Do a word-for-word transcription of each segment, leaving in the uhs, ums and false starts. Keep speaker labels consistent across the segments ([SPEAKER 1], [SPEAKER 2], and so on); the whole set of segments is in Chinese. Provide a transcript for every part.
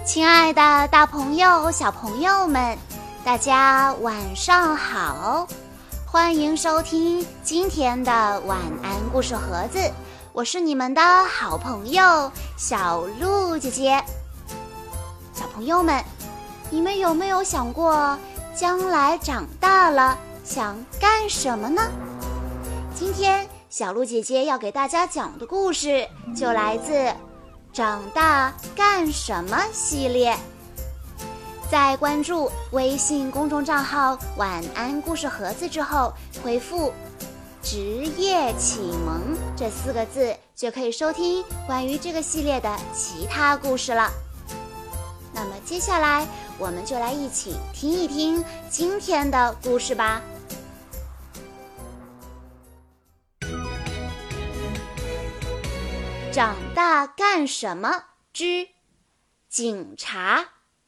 [SPEAKER 1] 亲爱的大朋友、小朋友们，大家晚上好！欢迎收听今天的晚安故事盒子，我是你们的好朋友小鹿姐姐。小朋友们，你们有没有想过，将来长大了想干什么呢？今天小鹿姐姐要给大家讲的故事就来自长大干什么系列。在关注微信公众账号晚安故事盒子之后，回复职业启蒙这四个字，就可以收听关于这个系列的其他故事了。那么接下来我们就来一起听一听今天的故事吧。长大干什么之警察。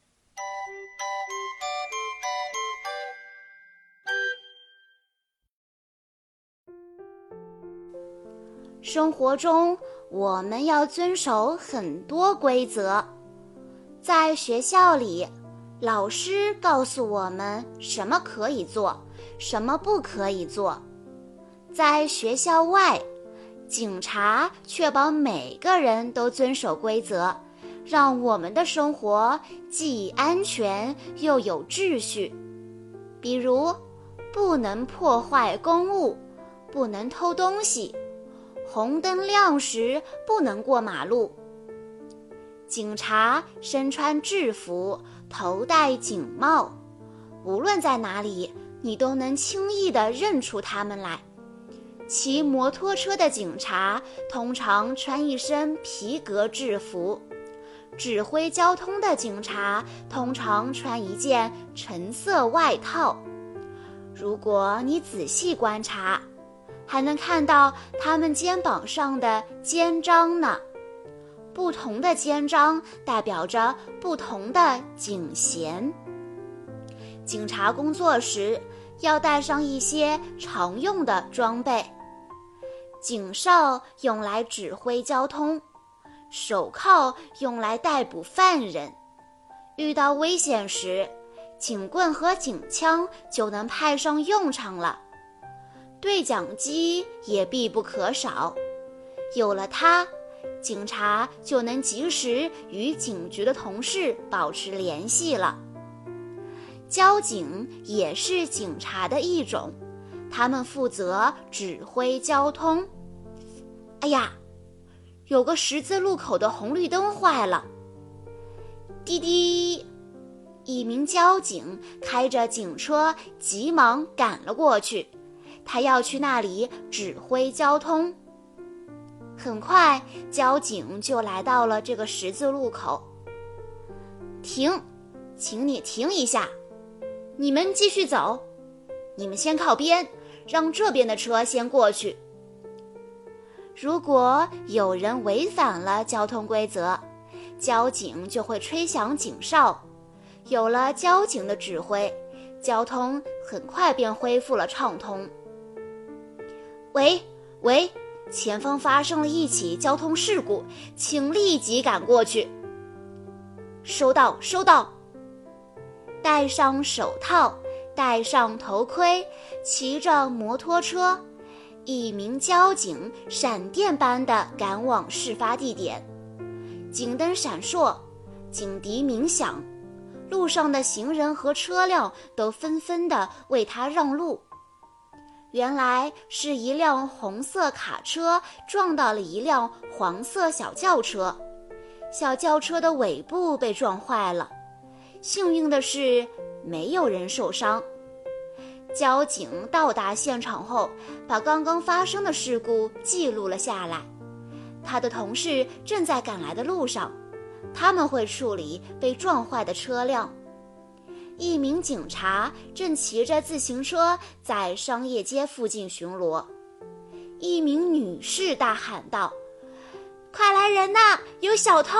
[SPEAKER 1] 生活中，我们要遵守很多规则。在学校里，老师告诉我们什么可以做，什么不可以做。在学校外，警察确保每个人都遵守规则，让我们的生活既安全又有秩序。比如，不能破坏公物，不能偷东西，红灯亮时不能过马路。警察身穿制服，头戴警帽，无论在哪里，你都能轻易地认出他们来。骑摩托车的警察通常穿一身皮革制服，指挥交通的警察通常穿一件橙色外套。如果你仔细观察，还能看到他们肩膀上的肩章呢。不同的肩章代表着不同的警衔。警察工作时要带上一些常用的装备。警哨用来指挥交通，手铐用来逮捕犯人。遇到危险时，警棍和警枪就能派上用场了。对讲机也必不可少，有了它，警察就能及时与警局的同事保持联系了。交警也是警察的一种，他们负责指挥交通。哎呀，有个十字路口的红绿灯坏了。滴滴，一名交警开着警车急忙赶了过去，他要去那里指挥交通。很快，交警就来到了这个十字路口。停，请你停一下，你们继续走，你们先靠边，让这边的车先过去。如果有人违反了交通规则，交警就会吹响警哨。有了交警的指挥，交通很快便恢复了畅通。喂喂，前方发生了一起交通事故，请立即赶过去。收到，收到。戴上手套，戴上头盔，骑着摩托车，一名交警闪电般地赶往事发地点。警灯闪烁，警笛鸣响，路上的行人和车辆都纷纷地为他让路。原来是一辆红色卡车撞到了一辆黄色小轿车，小轿车的尾部被撞坏了。幸运的是，没有人受伤。交警到达现场后，把刚刚发生的事故记录了下来。他的同事正在赶来的路上，他们会处理被撞坏的车辆。一名警察正骑着自行车在商业街附近巡逻。一名女士大喊道：“快来人呐，有小偷！”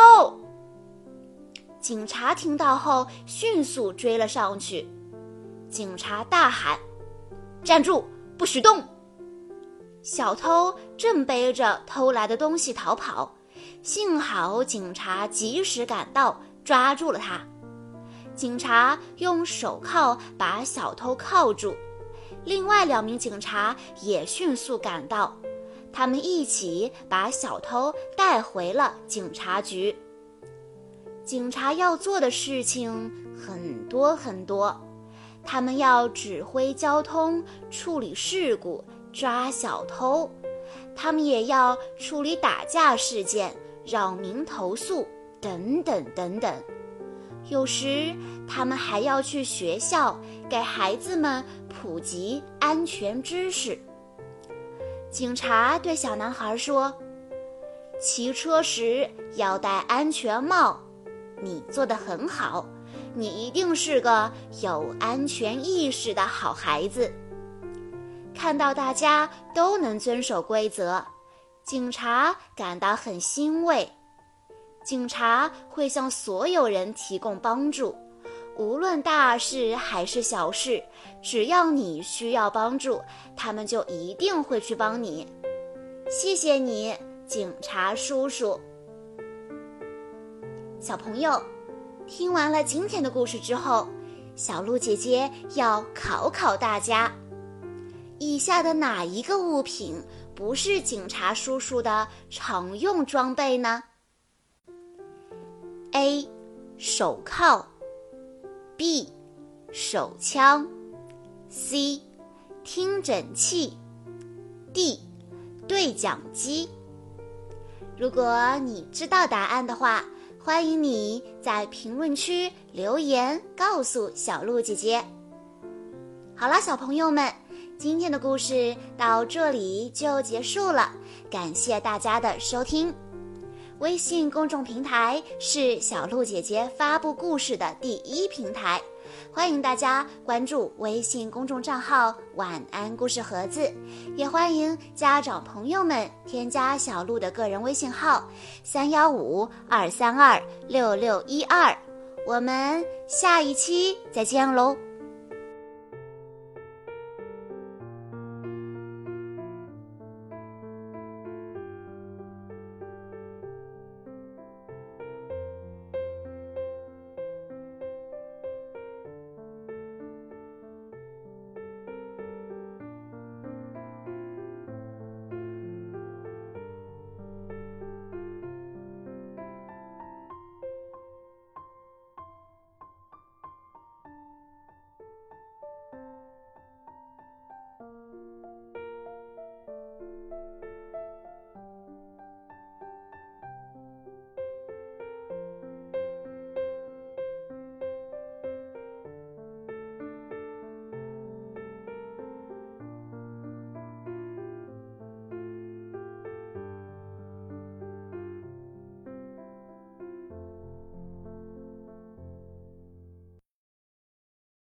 [SPEAKER 1] 警察听到后迅速追了上去。警察大喊：“站住，不许动！”小偷正背着偷来的东西逃跑，幸好警察及时赶到， 抓住了他。警察用手铐把小偷铐住，另外两名警察也迅速赶到，他们一起把小偷带回了警察局。警察要做的事情很多很多，他们要指挥交通、处理事故、抓小偷，他们也要处理打架事件、扰民投诉等等等等。有时他们还要去学校给孩子们普及安全知识。警察对小男孩说：骑车时要戴安全帽，你做得很好，你一定是个有安全意识的好孩子。看到大家都能遵守规则，警察感到很欣慰。警察会向所有人提供帮助，无论大事还是小事，只要你需要帮助，他们就一定会去帮你。谢谢你，警察叔叔。小朋友，听完了今天的故事之后，小鹿姐姐要考考大家，以下的哪一个物品不是警察叔叔的常用装备呢？ A. 手铐 B. 手枪 C. 听诊器 D. 对讲机。如果你知道答案的话，欢迎你在评论区留言告诉小鹿姐姐。好了，小朋友们，今天的故事到这里就结束了，感谢大家的收听。微信公众平台是小鹿姐姐发布故事的第一平台，欢迎大家关注微信公众账号晚安故事盒子，也欢迎家长朋友们添加小鹿的个人微信号三一五二三二六六一二，我们下一期再见喽。